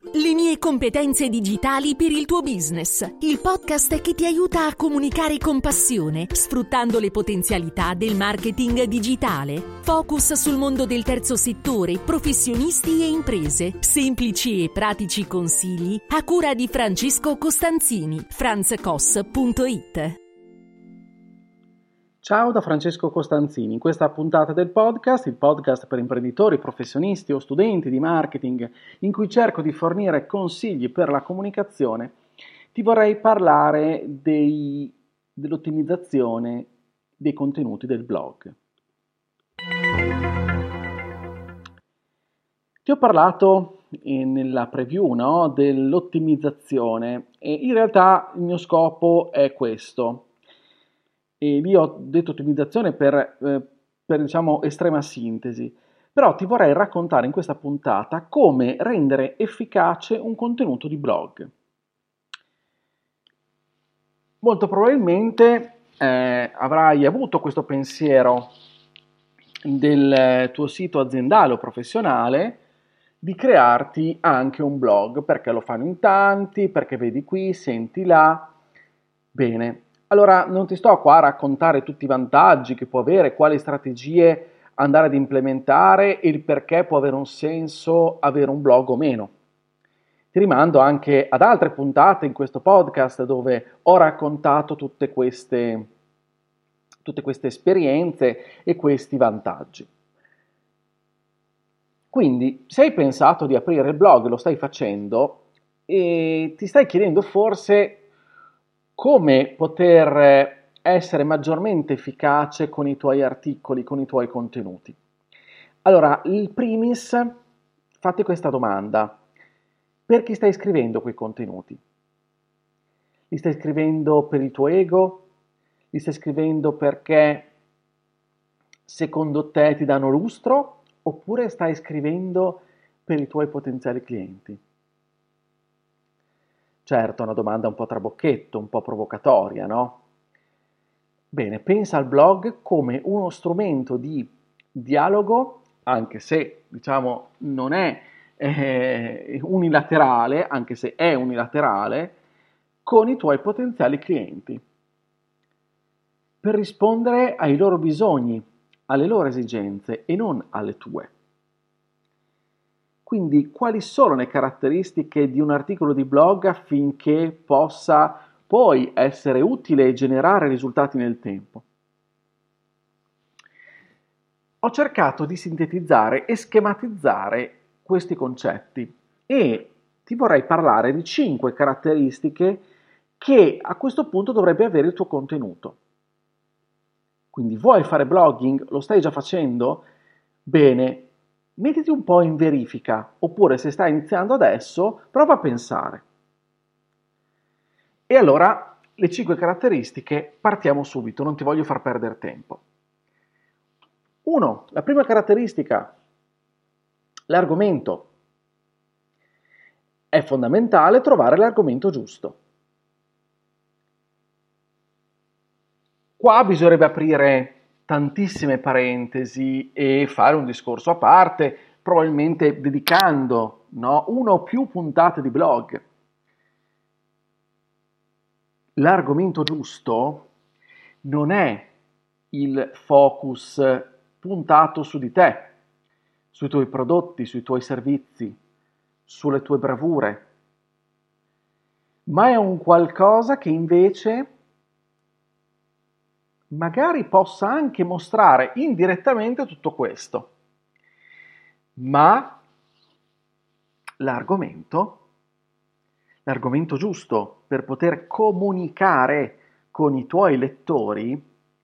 Le mie competenze digitali per il tuo business. Il podcast che ti aiuta a comunicare con passione, sfruttando le potenzialità del marketing digitale. Focus sul mondo del terzo settore, professionisti e imprese. Semplici e pratici consigli a cura di Francesco Costanzini. franzcos.it. Ciao da Francesco Costanzini. In questa puntata del podcast, il podcast per imprenditori, professionisti o studenti di marketing, in cui cerco di fornire consigli per la comunicazione, ti vorrei parlare dell'ottimizzazione dei contenuti del blog. Ti ho parlato nella preview, no, dell'ottimizzazione e in realtà il mio scopo è questo. E lì ho detto ottimizzazione per diciamo estrema sintesi, però ti vorrei raccontare in questa puntata come rendere efficace un contenuto di blog. Molto probabilmente avrai avuto questo pensiero del tuo sito aziendale o professionale di crearti anche un blog, perché lo fanno in tanti, perché vedi qui, senti là. Bene. Allora, non ti sto qua a raccontare tutti i vantaggi che può avere, quali strategie andare ad implementare e il perché può avere un senso avere un blog o meno. Ti rimando anche ad altre puntate in questo podcast dove ho raccontato tutte queste esperienze e questi vantaggi. Quindi, se hai pensato di aprire il blog, lo stai facendo e ti stai chiedendo forse come poter essere maggiormente efficace con i tuoi articoli, con i tuoi contenuti. Allora, in primis, fate questa domanda. Per chi stai scrivendo quei contenuti? Li stai scrivendo per il tuo ego? Li stai scrivendo perché secondo te ti danno lustro? Oppure stai scrivendo per i tuoi potenziali clienti? Certo, è una domanda un po' trabocchetto, un po' provocatoria, no? Bene, pensa al blog come uno strumento di dialogo, anche se, diciamo, non è unilaterale, anche se è unilaterale, con i tuoi potenziali clienti, per rispondere ai loro bisogni, alle loro esigenze e non alle tue. Quindi, quali sono le caratteristiche di un articolo di blog affinché possa poi essere utile e generare risultati nel tempo? Ho cercato di sintetizzare e schematizzare questi concetti e ti vorrei parlare di 5 caratteristiche che a questo punto dovrebbe avere il tuo contenuto. Quindi vuoi fare blogging? Lo stai già facendo? Bene. Mettiti un po' in verifica, oppure se stai iniziando adesso, prova a pensare. E allora, le 5 caratteristiche, partiamo subito, non ti voglio far perdere tempo. 1. La prima caratteristica, l'argomento. È fondamentale trovare l'argomento giusto. Qua bisognerebbe aprire tantissime parentesi e fare un discorso a parte, probabilmente dedicando, no, una o più puntate di blog. L'argomento giusto non è il focus puntato su di te, sui tuoi prodotti, sui tuoi servizi, sulle tue bravure, ma è un qualcosa che invece magari possa anche mostrare indirettamente tutto questo. Ma l'argomento giusto per poter comunicare con i tuoi lettori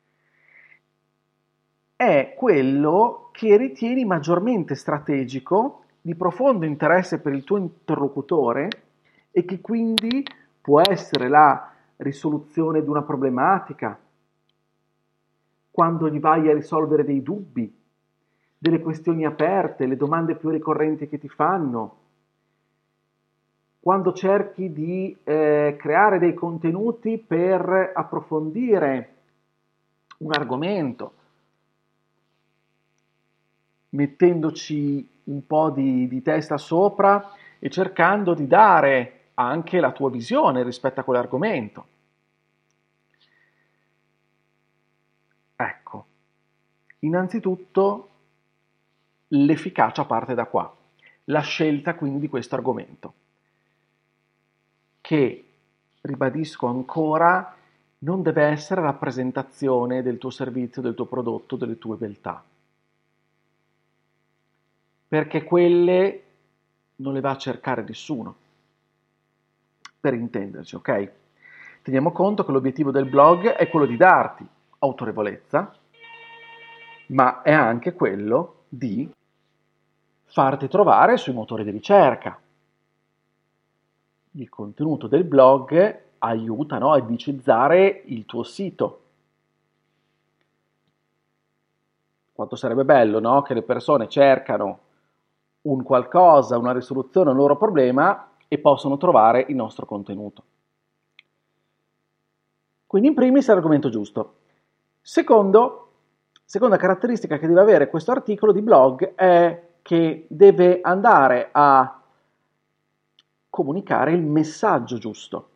è quello che ritieni maggiormente strategico, di profondo interesse per il tuo interlocutore e che quindi può essere la risoluzione di una problematica, quando gli vai a risolvere dei dubbi, delle questioni aperte, le domande più ricorrenti che ti fanno, quando cerchi di creare dei contenuti per approfondire un argomento, mettendoci un po' di testa sopra e cercando di dare anche la tua visione rispetto a quell'argomento. Ecco, innanzitutto l'efficacia parte da qua, la scelta quindi di questo argomento, che, ribadisco ancora, non deve essere rappresentazione del tuo servizio, del tuo prodotto, delle tue beltà, perché quelle non le va a cercare nessuno, per intenderci, ok? Teniamo conto che l'obiettivo del blog è quello di darti autorevolezza, ma è anche quello di farti trovare sui motori di ricerca. Il contenuto del blog aiuta, no, a indicizzare il tuo sito. Quanto sarebbe bello, no, che le persone cercano un qualcosa, una risoluzione a un loro problema e possono trovare il nostro contenuto. Quindi in primis è l'argomento giusto. Seconda caratteristica che deve avere questo articolo di blog è che deve andare a comunicare il messaggio giusto.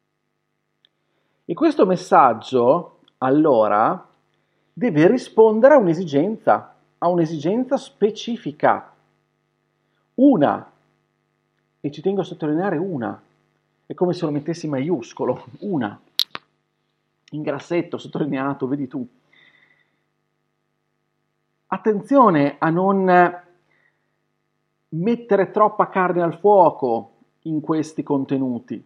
E questo messaggio, allora, deve rispondere a un'esigenza specifica. Una, e ci tengo a sottolineare una, è come se lo mettessi in maiuscolo, una, in grassetto, sottolineato, vedi tu. Attenzione a non mettere troppa carne al fuoco in questi contenuti.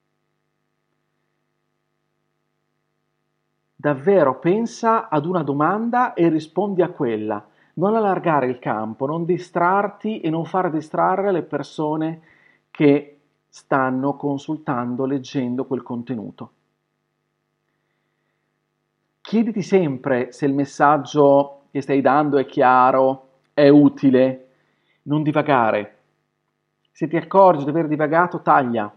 Davvero pensa ad una domanda e rispondi a quella. Non allargare il campo, non distrarti e non far distrarre le persone che stanno consultando, leggendo quel contenuto. Chiediti sempre se il messaggio che stai dando è chiaro, è utile, non divagare. Se ti accorgi di aver divagato, taglia.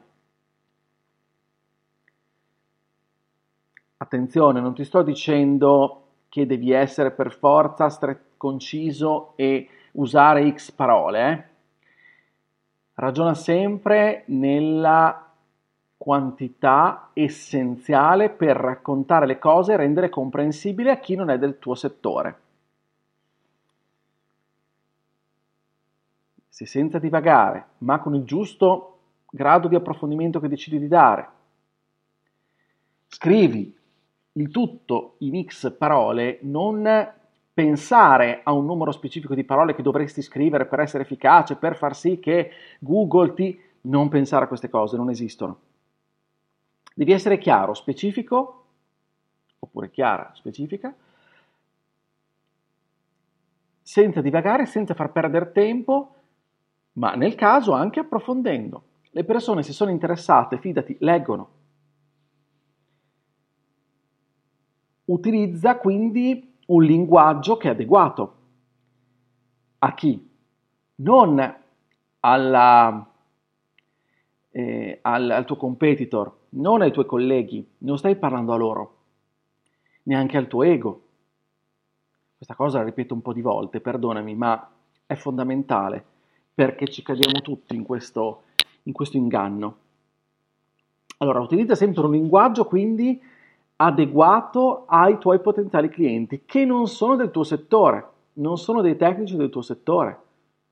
Attenzione, non ti sto dicendo che devi essere per forza conciso e usare X parole. Ragiona sempre nella quantità essenziale per raccontare le cose e rendere comprensibile a chi non è del tuo settore. Se senza divagare, ma con il giusto grado di approfondimento che decidi di dare, scrivi il tutto in X parole, non pensare a un numero specifico di parole che dovresti scrivere per essere efficace, per far sì che Google ti... Non pensare a queste cose, non esistono. Devi essere chiaro, specifico, oppure chiara, specifica, senza divagare, senza far perdere tempo, ma nel caso anche approfondendo. Le persone, se sono interessate, fidati, leggono. Utilizza quindi un linguaggio che è adeguato. A chi? Non al tuo competitor, non ai tuoi colleghi, non stai parlando a loro, neanche al tuo ego. Questa cosa la ripeto un po' di volte, perdonami, ma è fondamentale perché ci cadiamo tutti in questo inganno. Allora, utilizza sempre un linguaggio quindi adeguato ai tuoi potenziali clienti che non sono del tuo settore, non sono dei tecnici del tuo settore.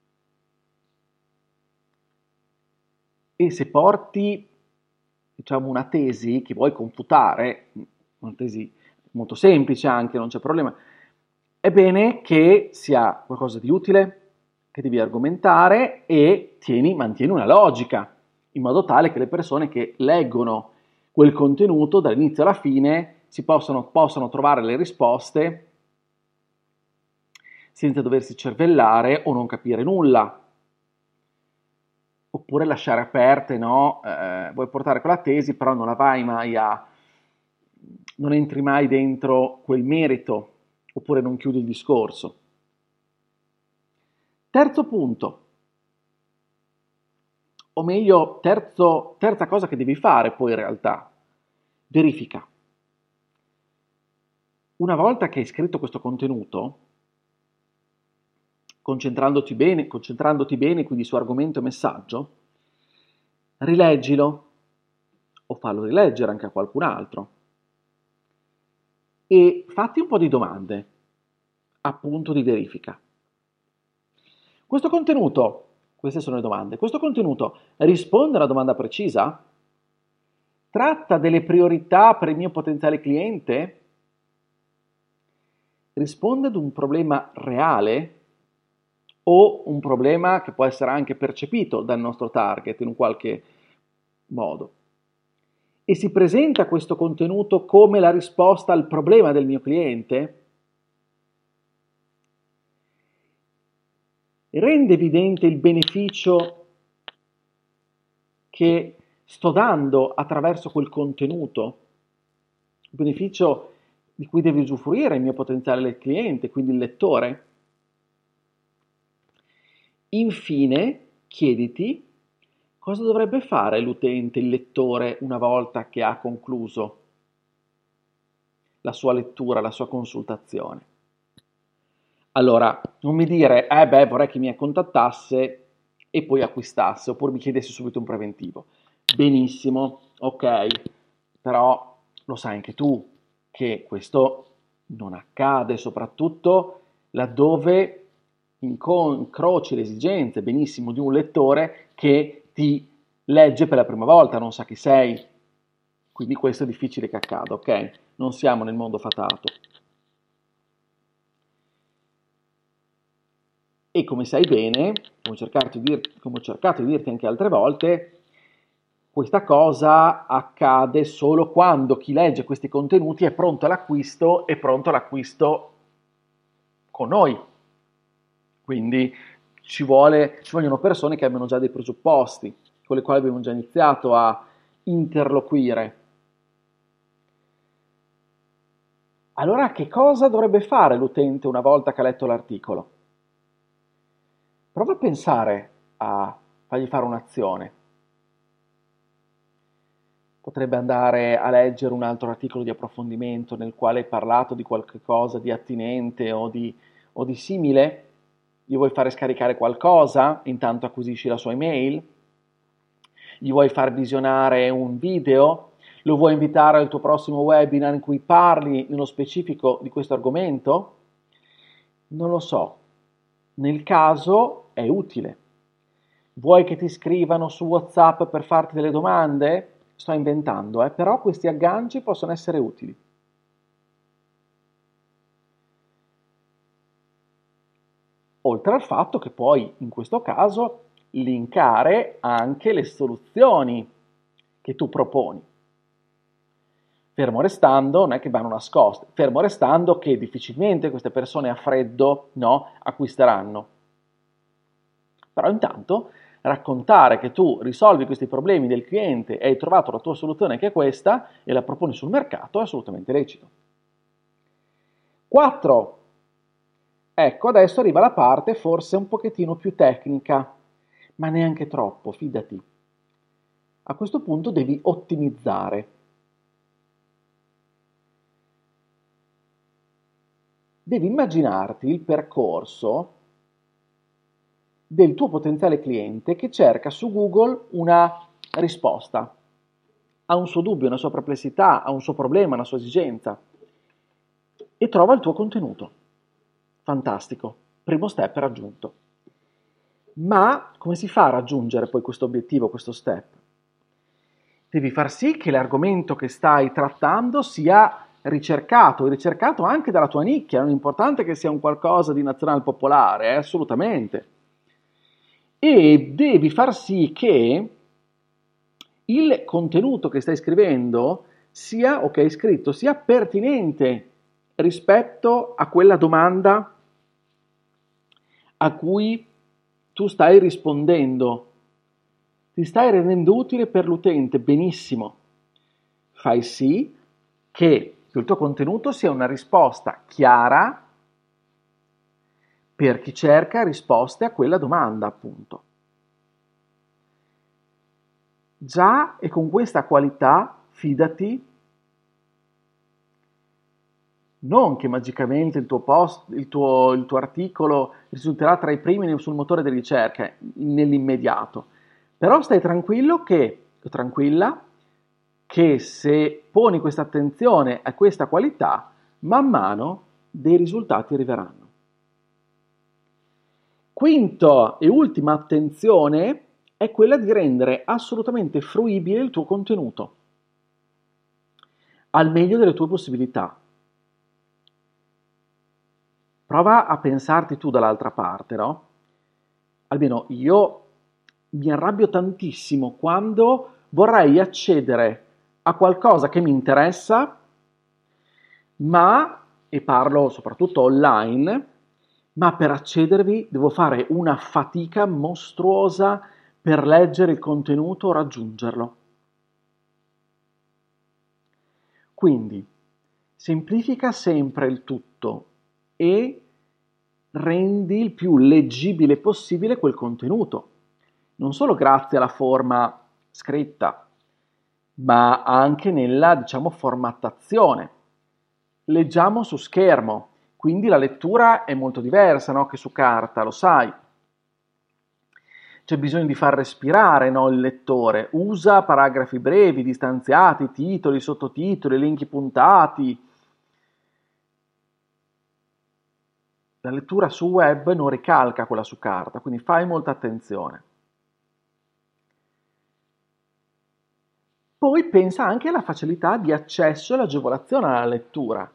E se porti, diciamo, una tesi che vuoi confutare, una tesi molto semplice anche, non c'è problema, è bene che sia qualcosa di utile, che devi argomentare e mantieni una logica, in modo tale che le persone che leggono quel contenuto dall'inizio alla fine possano trovare le risposte senza doversi cervellare o non capire nulla. Oppure lasciare aperte, no? Vuoi portare quella tesi, però non la vai mai non entri mai dentro quel merito, oppure non chiudi il discorso. Terzo punto, o meglio, terza cosa che devi fare poi in realtà, verifica. Una volta che hai scritto questo contenuto, concentrandoti bene quindi su argomento e messaggio, rileggilo o fallo rileggere anche a qualcun altro e fatti un po' di domande, appunto di verifica. Questo contenuto, queste sono le domande, questo contenuto risponde a una domanda precisa? Tratta delle priorità per il mio potenziale cliente? Risponde ad un problema reale o un problema che può essere anche percepito dal nostro target in un qualche modo? E si presenta questo contenuto come la risposta al problema del mio cliente? Rende evidente il beneficio che sto dando attraverso quel contenuto, il beneficio di cui deve usufruire il mio potenziale cliente, quindi il lettore? Infine, chiediti cosa dovrebbe fare l'utente, il lettore, una volta che ha concluso la sua lettura, la sua consultazione. Allora, non mi dire, vorrei che mi contattasse e poi acquistasse, oppure mi chiedesse subito un preventivo. Benissimo, ok, però lo sai anche tu che questo non accade, soprattutto laddove incroci le esigenze, benissimo, di un lettore che ti legge per la prima volta, non sa chi sei. Quindi questo è difficile che accada, ok? Non siamo nel mondo fatato. E come sai bene, come ho cercato di dirti anche altre volte, questa cosa accade solo quando chi legge questi contenuti è pronto all'acquisto con noi. Quindi ci vogliono persone che abbiano già dei presupposti, con le quali abbiamo già iniziato a interloquire. Allora che cosa dovrebbe fare l'utente una volta che ha letto l'articolo? Prova a pensare a fargli fare un'azione. Potrebbe andare a leggere un altro articolo di approfondimento nel quale hai parlato di qualche cosa di attinente o di simile. Gli vuoi fare scaricare qualcosa, intanto acquisisci la sua email. Gli vuoi far visionare un video. Lo vuoi invitare al tuo prossimo webinar in cui parli nello specifico di questo argomento? Non lo so. Nel caso è utile. Vuoi che ti scrivano su WhatsApp per farti delle domande? Sto inventando, però questi agganci possono essere utili. Oltre al fatto che puoi, in questo caso, linkare anche le soluzioni che tu proponi. Fermo restando, non è che vanno nascoste, fermo restando che difficilmente queste persone a freddo, acquisteranno. Però intanto raccontare che tu risolvi questi problemi del cliente e hai trovato la tua soluzione che è questa e la proponi sul mercato è assolutamente lecito. 4. Ecco, adesso arriva la parte forse un pochettino più tecnica, ma neanche troppo, fidati. A questo punto devi ottimizzare. Devi immaginarti il percorso del tuo potenziale cliente che cerca su Google una risposta a un suo dubbio, una sua perplessità, a un suo problema, una sua esigenza e trova il tuo contenuto. Fantastico, primo step raggiunto. Ma come si fa a raggiungere poi questo obiettivo, questo step? Devi far sì che l'argomento che stai trattando sia ricercato anche dalla tua nicchia, non è importante che sia un qualcosa di nazionale popolare, assolutamente. E devi far sì che il contenuto che stai scrivendo o che hai scritto sia pertinente rispetto a quella domanda a cui tu stai rispondendo. Ti stai rendendo utile per l'utente, benissimo. Fai sì che il tuo contenuto sia una risposta chiara per chi cerca risposte a quella domanda, appunto. Già e con questa qualità, fidati, non che magicamente il tuo post, il tuo articolo risulterà tra i primi sul motore di ricerca nell'immediato, Però stai tranquillo tranquilla che se poni questa attenzione a questa qualità, man mano dei risultati arriveranno. Quinto e ultima attenzione è quella di rendere assolutamente fruibile il tuo contenuto, al meglio delle tue possibilità. Prova a pensarti tu dall'altra parte, no? Almeno io mi arrabbio tantissimo quando vorrei accedere a qualcosa che mi interessa, e parlo soprattutto online, ma per accedervi devo fare una fatica mostruosa per leggere il contenuto o raggiungerlo. Quindi semplifica sempre il tutto e rendi il più leggibile possibile quel contenuto, non solo grazie alla forma scritta, ma anche nella, formattazione. Leggiamo su schermo, quindi la lettura è molto diversa, no? Che su carta, lo sai. C'è bisogno di far respirare, no, il lettore. Usa paragrafi brevi, distanziati, titoli, sottotitoli, elenchi puntati. La lettura su web non ricalca quella su carta, quindi fai molta attenzione. Poi pensa anche alla facilità di accesso e all'agevolazione alla lettura.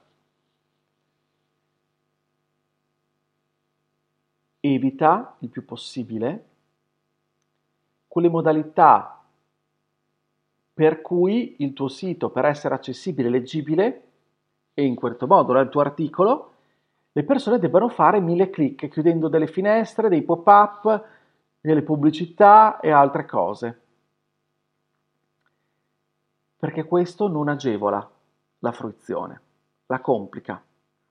Evita il più possibile quelle modalità per cui il tuo sito, per essere accessibile e leggibile, e in questo modo il tuo articolo, le persone debbano fare 1000 clic, chiudendo delle finestre, dei pop-up, delle pubblicità e altre cose. Perché questo non agevola la fruizione, la complica.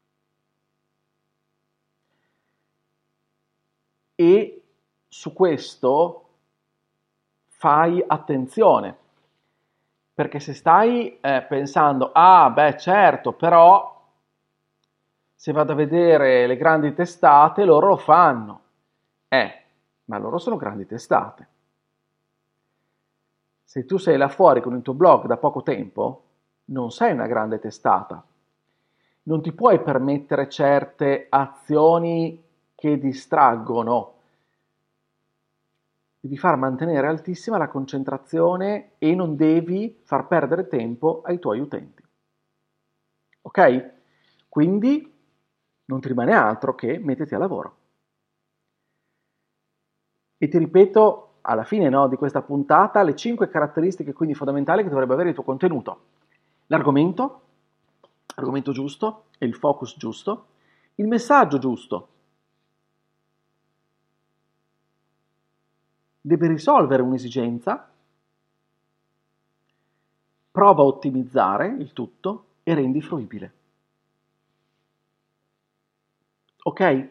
E su questo fai attenzione, perché se stai pensando, certo, però se vado a vedere le grandi testate, loro lo fanno. Ma loro sono grandi testate. Se tu sei là fuori con il tuo blog da poco tempo, non sei una grande testata. Non ti puoi permettere certe azioni che distraggono. Devi far mantenere altissima la concentrazione e non devi far perdere tempo ai tuoi utenti. Ok? Quindi non ti rimane altro che metterti a lavoro. E ti ripeto, alla fine, no, di questa puntata, le 5 caratteristiche quindi fondamentali che dovrebbe avere il tuo contenuto. L'argomento giusto, e il focus giusto, il messaggio giusto. Deve risolvere un'esigenza, prova a ottimizzare il tutto e rendi fruibile. Ok?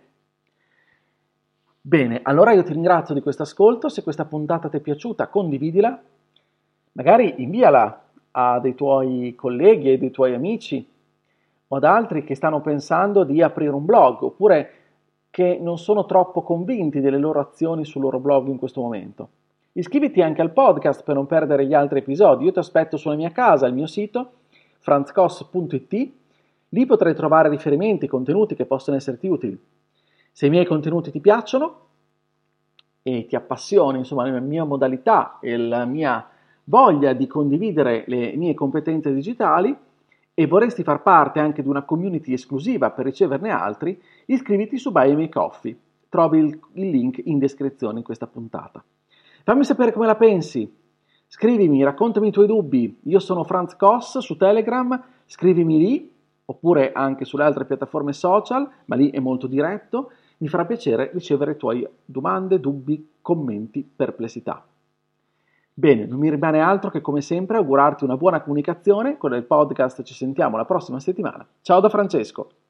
Bene, allora io ti ringrazio di questo ascolto. Se questa puntata ti è piaciuta, condividila, magari inviala a dei tuoi colleghi e dei tuoi amici o ad altri che stanno pensando di aprire un blog oppure che non sono troppo convinti delle loro azioni sul loro blog in questo momento. Iscriviti anche al podcast per non perdere gli altri episodi. Io ti aspetto sulla mia casa, al mio sito franzcos.it. Lì potrai trovare riferimenti, contenuti che possono esserti utili. Se i miei contenuti ti piacciono e ti appassioni, insomma, la mia modalità e la mia voglia di condividere le mie competenze digitali e vorresti far parte anche di una community esclusiva per riceverne altri, iscriviti su Buy Me Coffee. Trovi il link in descrizione in questa puntata. Fammi sapere come la pensi. Scrivimi, raccontami i tuoi dubbi. Io sono Franz Cos su Telegram, scrivimi lì, oppure anche sulle altre piattaforme social, ma lì è molto diretto. Mi farà piacere ricevere i tuoi domande, dubbi, commenti, perplessità. Bene, non mi rimane altro che come sempre augurarti una buona comunicazione. Con il podcast ci sentiamo la prossima settimana. Ciao da Francesco!